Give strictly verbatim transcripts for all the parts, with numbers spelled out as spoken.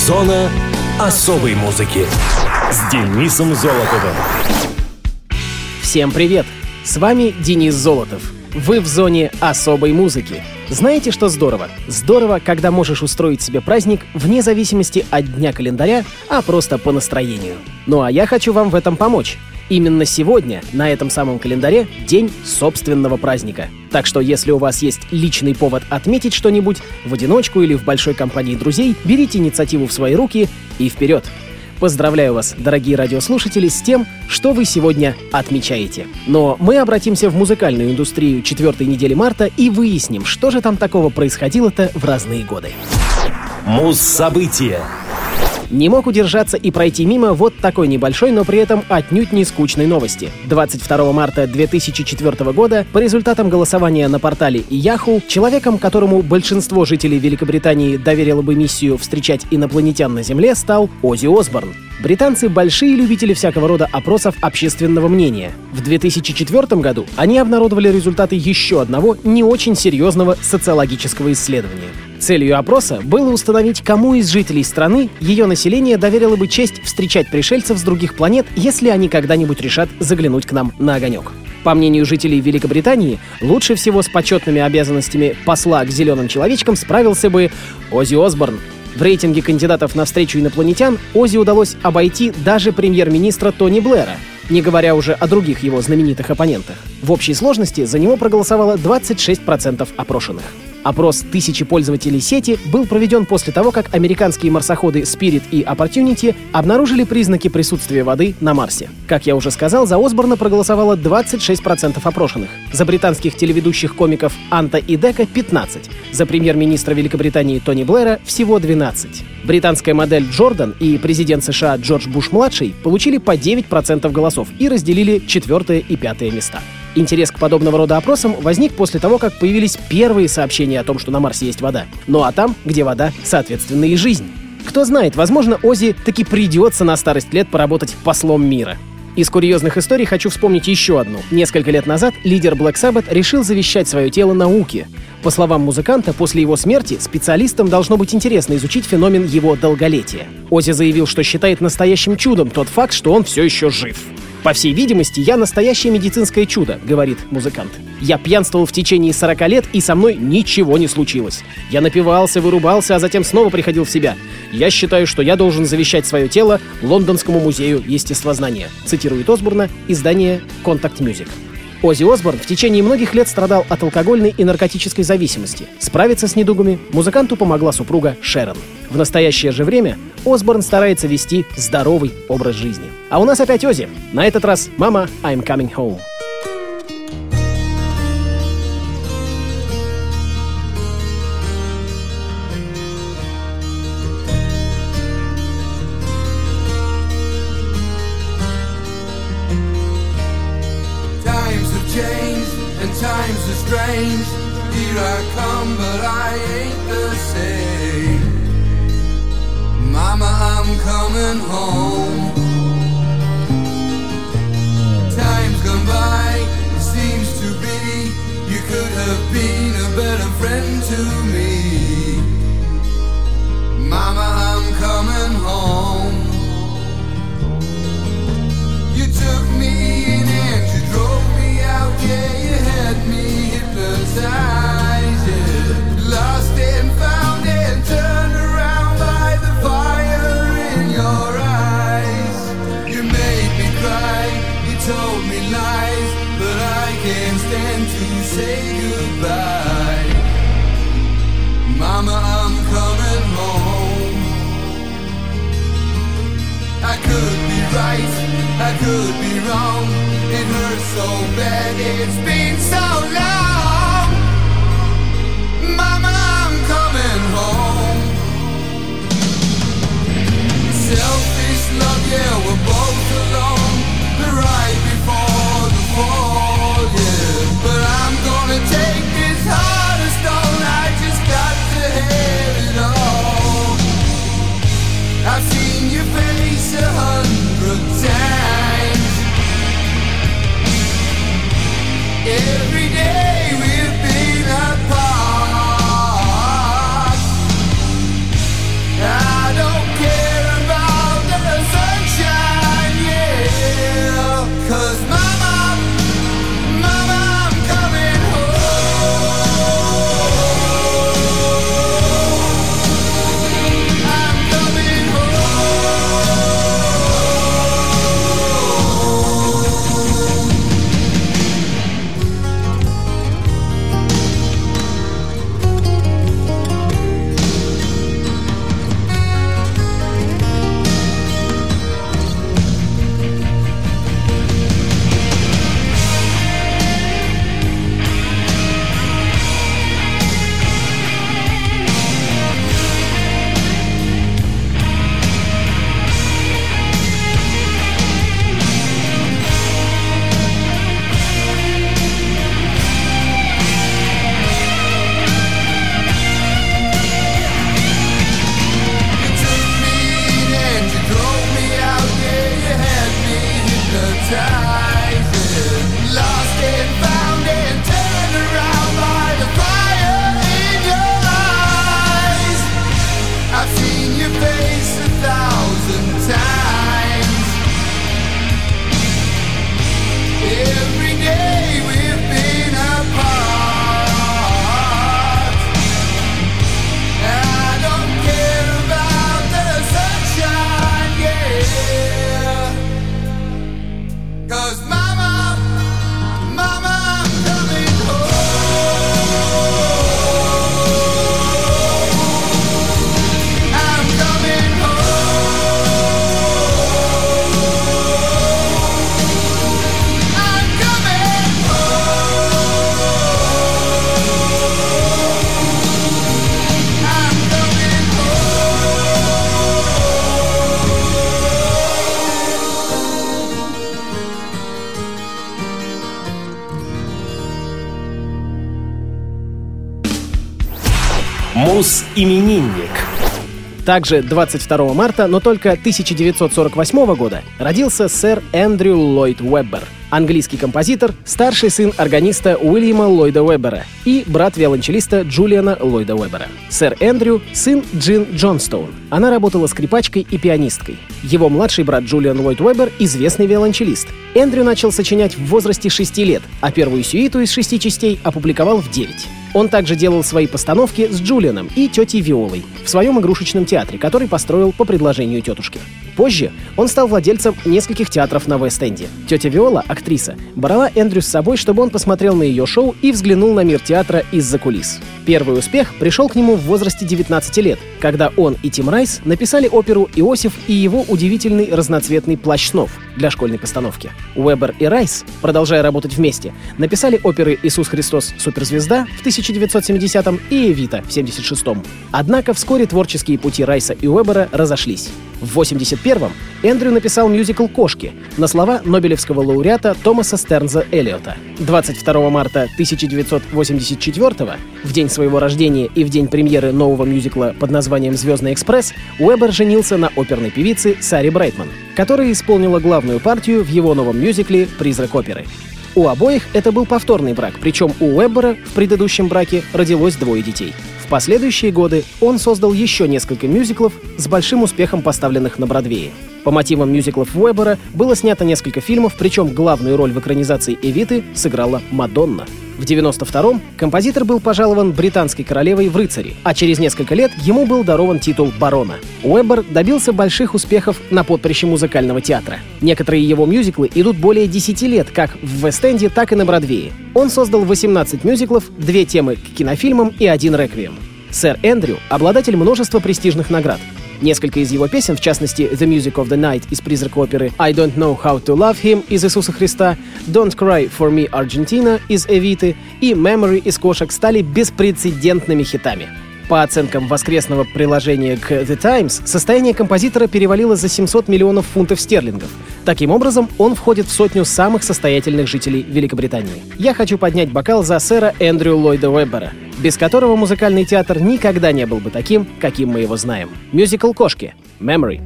Зона особой музыки с Денисом Золотовым. Всем привет! С вами Денис Золотов. Вы в зоне особой музыки. Знаете, что здорово? Здорово, когда можешь устроить себе праздник вне зависимости от дня календаря, а просто по настроению. Ну а я хочу вам в этом помочь. Именно сегодня, на этом самом календаре, день собственного праздника. Так что, если у вас есть личный повод отметить что-нибудь, в одиночку или в большой компании друзей, берите инициативу в свои руки и вперед! Поздравляю вас, дорогие радиослушатели, с тем, что вы сегодня отмечаете. Но мы обратимся в музыкальную индустрию четвертой недели марта и выясним, что же там такого происходило-то в разные годы. Муз-события. Не мог удержаться и пройти мимо вот такой небольшой, но при этом отнюдь не скучной новости. двадцать второго марта две тысячи четвёртого года по результатам голосования на портале Yahoo человеком, которому большинство жителей Великобритании доверило бы миссию встречать инопланетян на Земле, стал Оззи Осборн. Британцы — большие любители всякого рода опросов общественного мнения. В две тысячи четвёртом году они обнародовали результаты еще одного не очень серьезного социологического исследования. Целью опроса было установить, кому из жителей страны ее население доверило бы честь встречать пришельцев с других планет, если они когда-нибудь решат заглянуть к нам на огонек. По мнению жителей Великобритании, лучше всего с почетными обязанностями посла к зеленым человечкам справился бы Оззи Осборн. В рейтинге кандидатов на встречу инопланетян Оззи удалось обойти даже премьер-министра Тони Блэра, не говоря уже о других его знаменитых оппонентах. В общей сложности за него проголосовало двадцать шесть процентов опрошенных. Опрос тысячи пользователей сети был проведен после того, как американские марсоходы Spirit и Opportunity обнаружили признаки присутствия воды на Марсе. Как я уже сказал, за Осборна проголосовало двадцать шесть процентов опрошенных, за британских телеведущих комиков Анта и Дека — пятнадцать, за премьер-министра Великобритании Тони Блэра всего двенадцать. Британская модель Джордан и президент США Джордж Буш-младший получили по девять процентов голосов и разделили четвертое и пятое места. Интерес к подобного рода опросам возник после того, как появились первые сообщения о том, что на Марсе есть вода. Ну а там, где вода, соответственно и жизнь. Кто знает, возможно, Оззи таки придется на старость лет поработать послом мира. Из курьезных историй хочу вспомнить еще одну. Несколько лет назад лидер Black Sabbath решил завещать свое тело науке. По словам музыканта, после его смерти специалистам должно быть интересно изучить феномен его долголетия. Оззи заявил, что считает настоящим чудом тот факт, что он все еще жив. «По всей видимости, я настоящее медицинское чудо», — говорит музыкант. «Я пьянствовал в течение сорока лет, и со мной ничего не случилось. Я напивался, вырубался, а затем снова приходил в себя. Я считаю, что я должен завещать свое тело Лондонскому музею естествознания», — цитирует Осборна издание Contact Music. Оззи Осборн в течение многих лет страдал от алкогольной и наркотической зависимости. Справиться с недугами музыканту помогла супруга Шерон. В настоящее же время Осборн старается вести здоровый образ жизни. А у нас опять Оззи. На этот раз «Mama, I'm coming home». Times are strange, here I come, but I ain't the same. Mama, I'm coming home. Time's gone by, it seems to be, you could have been a better friend to me. Mama, I'm coming home. You took me in and you drove me out, yeah. Me hypnotized, yeah. Lost and found and turned around by the fire in your eyes. You made me cry, you told me lies, but I can't stand to say goodbye. Mama, I'm coming home. I could be right, I could be wrong. It hurts so bad, it's been so long. Mama, I'm coming home. Selfish love, yeah, we're both alone. Right before the fall, yeah. But I'm gonna take this heart of stone. I just got to have it all. I've seen your face a hundred times. Every day Именинник. Также двадцать второго марта, но только тысяча девятьсот сорок восьмого года, родился сэр Эндрю Ллойд Уэббер, английский композитор, старший сын органиста Уильяма Ллойда Уэббера и брат виолончелиста Джулиана Ллойда Уэббера. Сэр Эндрю — сын Джин Джонстоун. Она работала скрипачкой и пианисткой. Его младший брат Джулиан Ллойд Уэббер — известный виолончелист. Эндрю начал сочинять в возрасте шести лет, а первую сюиту из шести частей опубликовал в девять. Он также делал свои постановки с Джулианом и тетей Виолой в своем игрушечном театре, который построил по предложению тетушки. Позже он стал владельцем нескольких театров на Вест-Энде. Тетя Виола, актриса, брала Эндрю с собой, чтобы он посмотрел на ее шоу и взглянул на мир театра из-за кулис. Первый успех пришел к нему в возрасте девятнадцати лет, когда он и Тим Райс написали оперу «Иосиф и его удивительный разноцветный плащ снов» для школьной постановки. Уэббер и Райс, продолжая работать вместе, написали оперы «Иисус Христос. Суперзвезда» в тысяча девятьсот семидесятом и «Эвита» в семьдесят шестом. Однако вскоре творческие пути Райса и Уэббера разошлись. В восемьдесят первом Эндрю написал мюзикл «Кошки» на слова нобелевского лауреата Томаса Стернза Эллиота. двадцать второго марта тысяча девятьсот восемьдесят четвёртого, в день своего рождения и в день премьеры нового мюзикла под названием «Звездный экспресс», Уэббер женился на оперной певице Саре Брайтман, которая исполнила главную партию в его новом мюзикле «Призрак оперы». У обоих это был повторный брак, причем у Уэббера в предыдущем браке родилось двое детей. В последующие годы он создал еще несколько мюзиклов с большим успехом, поставленных на Бродвее. По мотивам мюзиклов Уэббера было снято несколько фильмов, причем главную роль в экранизации «Эвиты» сыграла Мадонна. В девяносто втором композитор был пожалован британской королевой в рыцари, а через несколько лет ему был дарован титул барона. Уэббер добился больших успехов на поприще музыкального театра. Некоторые его мюзиклы идут более десяти лет как в Вест-Энде, так и на Бродвее. Он создал восемнадцать мюзиклов, две темы к кинофильмам и один реквием. Сэр Эндрю — обладатель множества престижных наград. Несколько из его песен, в частности «The Music of the Night» из «Призрака оперы», «I Don't Know How to Love Him» из «Иисуса Христа», «Don't Cry for Me Argentina» из «Эвиты» и «Memory» из «Кошек» стали беспрецедентными хитами. По оценкам воскресного приложения к The Times, состояние композитора перевалило за семьсот миллионов фунтов стерлингов. Таким образом, он входит в сотню самых состоятельных жителей Великобритании. Я хочу поднять бокал за сэра Эндрю Ллойда Уэббера, без которого музыкальный театр никогда не был бы таким, каким мы его знаем. Мюзикл «Кошки» — «Memory».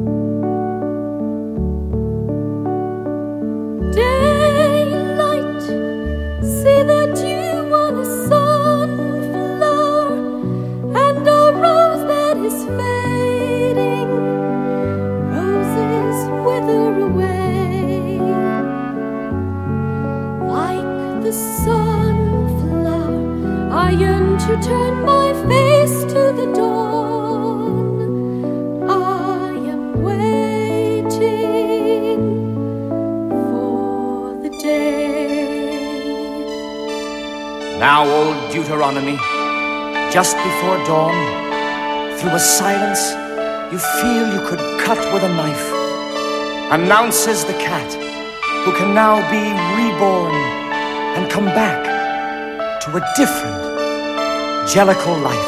To turn my face to the dawn, I am waiting for the day. Now, old Deuteronomy, just before dawn, through a silence you feel you could cut with a knife, announces the cat who can now be reborn and come back to a different Jellicle life.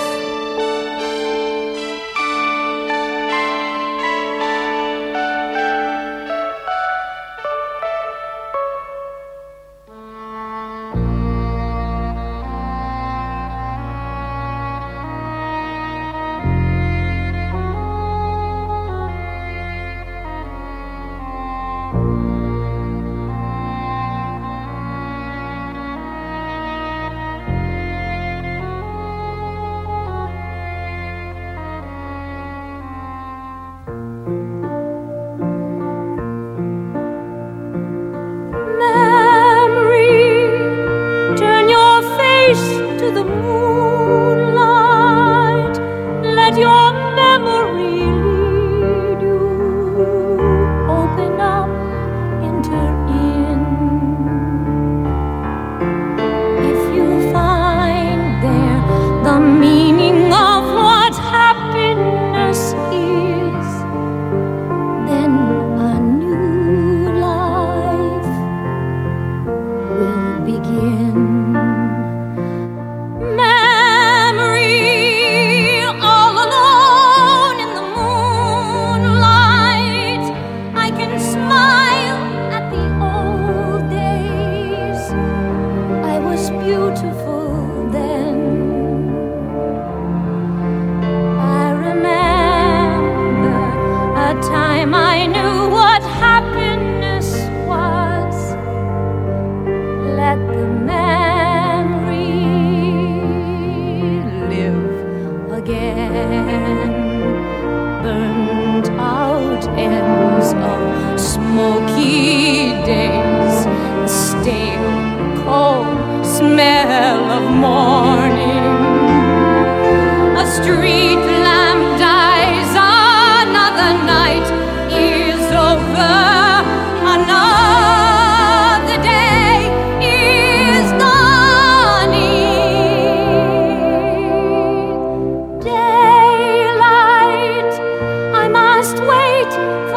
To the moonlight, let your memory lead you. Open up, enter in. If you find there the meaning of what happiness is, then a new life will begin. Memory, all alone.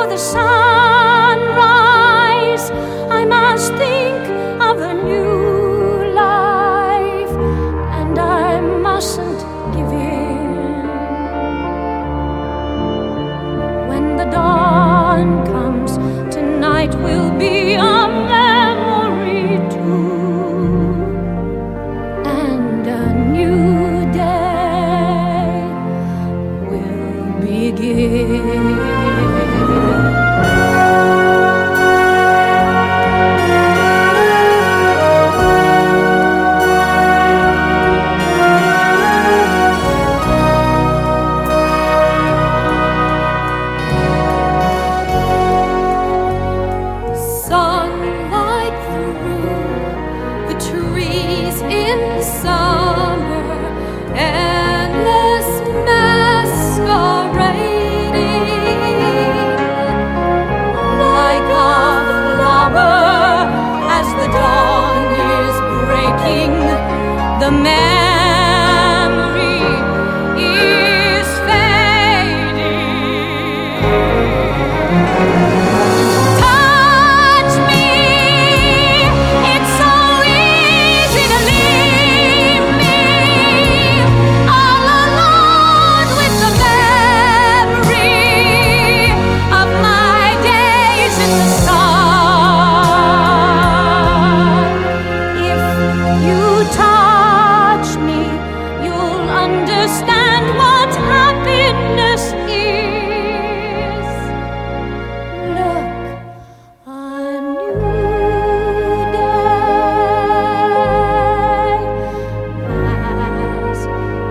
the sunrise, I must think of a new life, and I mustn't give in. When the dawn comes, tonight will be a memory too, and a new day will begin. Sunlight through the trees in summer, endless masquerading, like a flower as the dawn is breaking. The memory is fading. Touch me, it's so easy to leave me all alone with the memory of my days in the sun. If you touch me, you'll understand what happiness is. Look, a new day has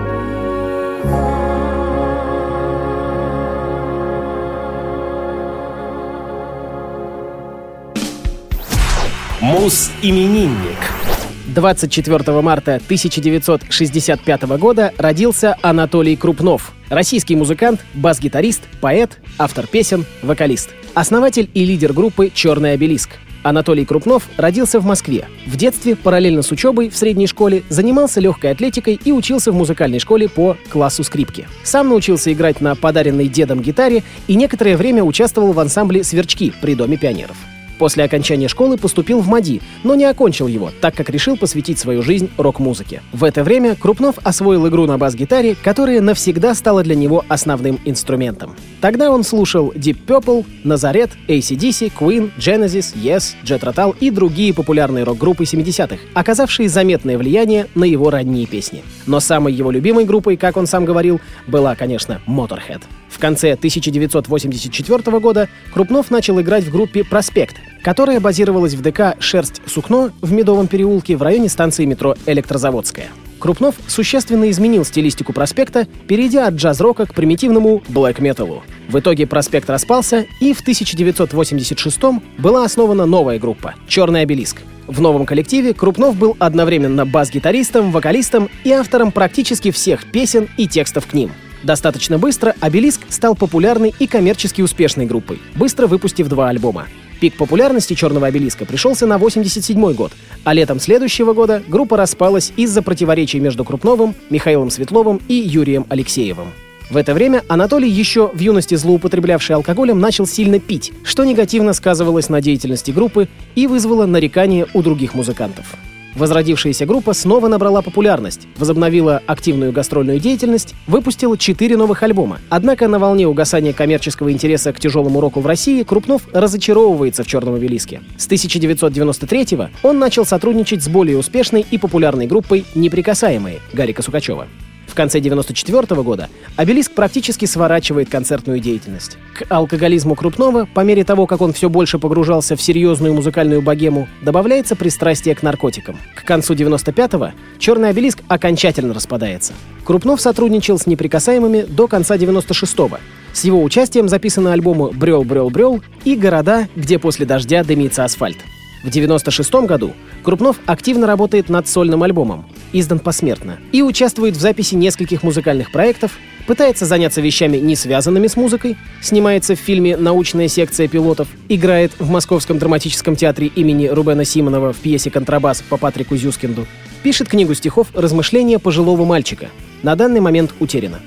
begun. Муз-именинник. двадцать четвёртого марта тысяча девятьсот шестьдесят пятого года родился Анатолий Крупнов. Российский музыкант, бас-гитарист, поэт, автор песен, вокалист. Основатель и лидер группы «Черный обелиск». Анатолий Крупнов родился в Москве. В детстве, параллельно с учебой в средней школе, занимался легкой атлетикой и учился в музыкальной школе по классу скрипки. Сам научился играть на подаренной дедом гитаре и некоторое время участвовал в ансамбле «Сверчки» при Доме пионеров. После окончания школы поступил в МАДИ, но не окончил его, так как решил посвятить свою жизнь рок-музыке. В это время Крупнов освоил игру на бас-гитаре, которая навсегда стала для него основным инструментом. Тогда он слушал Deep Purple, Nazareth, эй си ди си, Queen, Genesis, Yes, Jet Rotal и другие популярные рок-группы семидесятых, оказавшие заметное влияние на его ранние песни. Но самой его любимой группой, как он сам говорил, была, конечно, Motorhead. В конце тысяча девятьсот восемьдесят четвёртого года Крупнов начал играть в группе «Проспект», которая базировалась в ДК «Шерсть-Сукно» в Медовом переулке в районе станции метро «Электрозаводская». Крупнов существенно изменил стилистику «Проспекта», перейдя от джаз-рока к примитивному блэк-металу. В итоге «Проспект» распался, и в тысяча девятьсот восемьдесят шестом была основана новая группа «Черный обелиск». В новом коллективе Крупнов был одновременно бас-гитаристом, вокалистом и автором практически всех песен и текстов к ним. Достаточно быстро «Обелиск» стал популярной и коммерчески успешной группой, быстро выпустив два альбома. Пик популярности «Черного обелиска» пришелся на восемьдесят седьмой год, а летом следующего года группа распалась из-за противоречий между Крупновым, Михаилом Светловым и Юрием Алексеевым. В это время Анатолий, еще в юности злоупотреблявший алкоголем, начал сильно пить, что негативно сказывалось на деятельности группы и вызвало нарекания у других музыкантов. Возродившаяся группа снова набрала популярность, возобновила активную гастрольную деятельность, выпустила четыре новых альбома. Однако на волне угасания коммерческого интереса к тяжелому року в России Крупнов разочаровывается в «Черном обелиске». С тысяча девятьсот девяносто третьего он начал сотрудничать с более успешной и популярной группой «Неприкасаемые» Гарика Сукачева. В конце девяносто четвёртого года «Обелиск» практически сворачивает концертную деятельность. К алкоголизму Крупнова, по мере того, как он все больше погружался в серьезную музыкальную богему, добавляется пристрастие к наркотикам. К концу девяносто пятого «Черный обелиск» окончательно распадается. Крупнов сотрудничал с «Неприкасаемыми» до конца девяносто шестого. С его участием записаны альбомы «Брел, брел, брел» и «Города, где после дождя дымится асфальт». В девяносто шестом году Крупнов активно работает над сольным альбомом, издан посмертно, и участвует в записи нескольких музыкальных проектов, пытается заняться вещами, не связанными с музыкой, снимается в фильме «Научная секция пилотов», играет в Московском драматическом театре имени Рубена Симонова в пьесе «Контрабас» по Патрику Зюскинду, пишет книгу стихов «Размышления пожилого мальчика», на данный момент утеряна.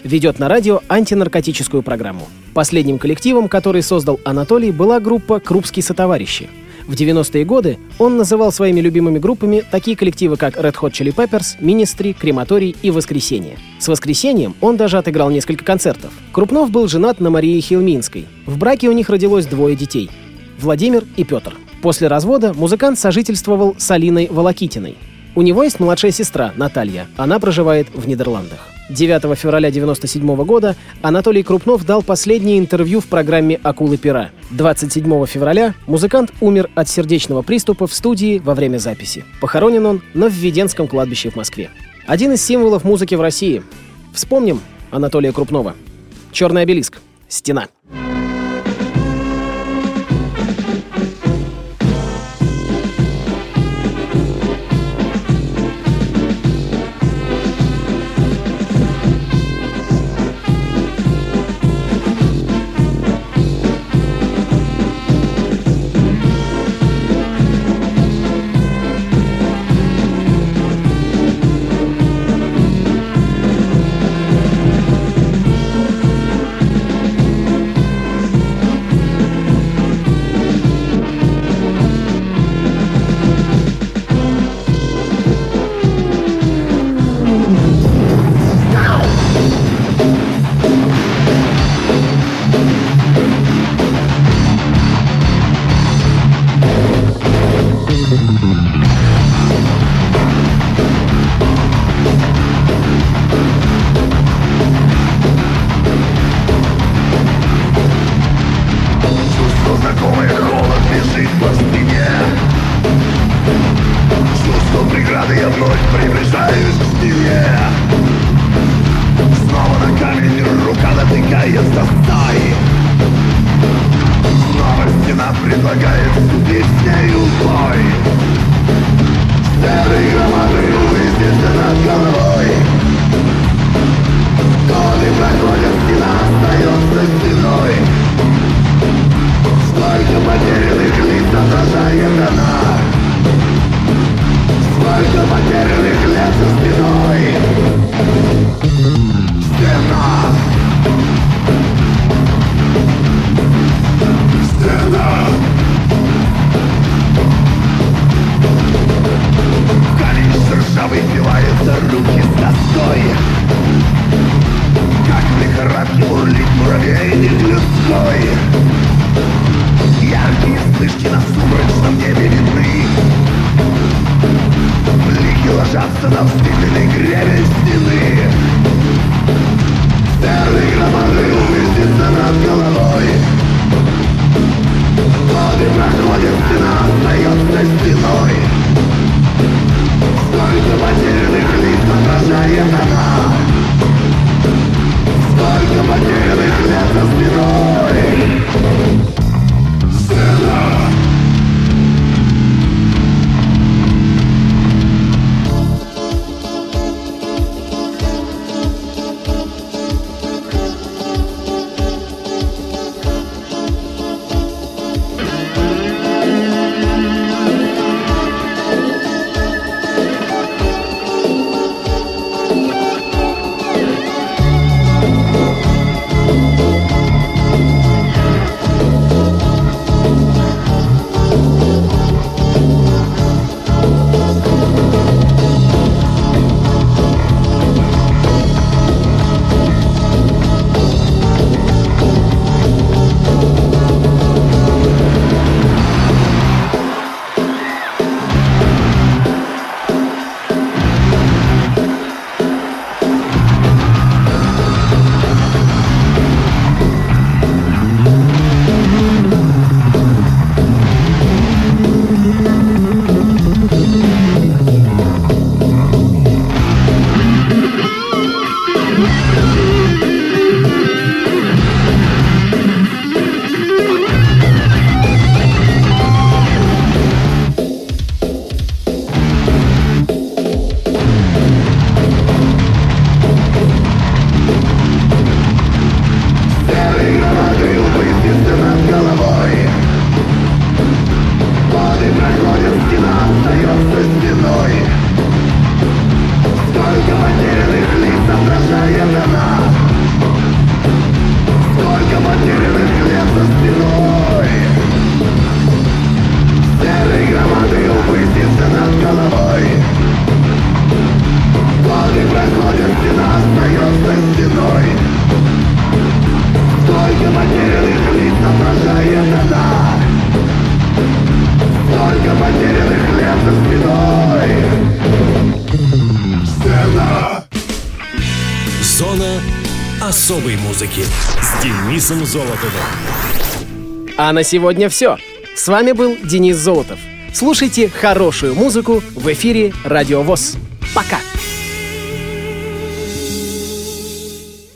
Ведет на радио антинаркотическую программу. Последним коллективом, который создал Анатолий, была группа «Крупские сотоварищи». В девяностые годы он называл своими любимыми группами такие коллективы, как Red Hot Chili Peppers, Ministry, Крематорий и Воскресенье. С Воскресеньем он даже отыграл несколько концертов. Крупнов был женат на Марии Хилминской. В браке у них родилось двое детей – Владимир и Петр. После развода музыкант сожительствовал с Алиной Волокитиной. У него есть младшая сестра Наталья, она проживает в Нидерландах. девятого февраля девяносто седьмого года Анатолий Крупнов дал последнее интервью в программе «Акулы пера». двадцать седьмого февраля музыкант умер от сердечного приступа в студии во время записи. Похоронен он на Введенском кладбище в Москве. Один из символов музыки в России. Вспомним Анатолия Крупнова. «Черный обелиск. Стена». стеной. Только потерянных лиц отражает она. Только потерянных лет за спиной. Сцена. Зона особой музыки с Денисом Золотовым. А на сегодня все. С вами был Денис Золотов. Слушайте хорошую музыку в эфире Радио ВОС. Пока!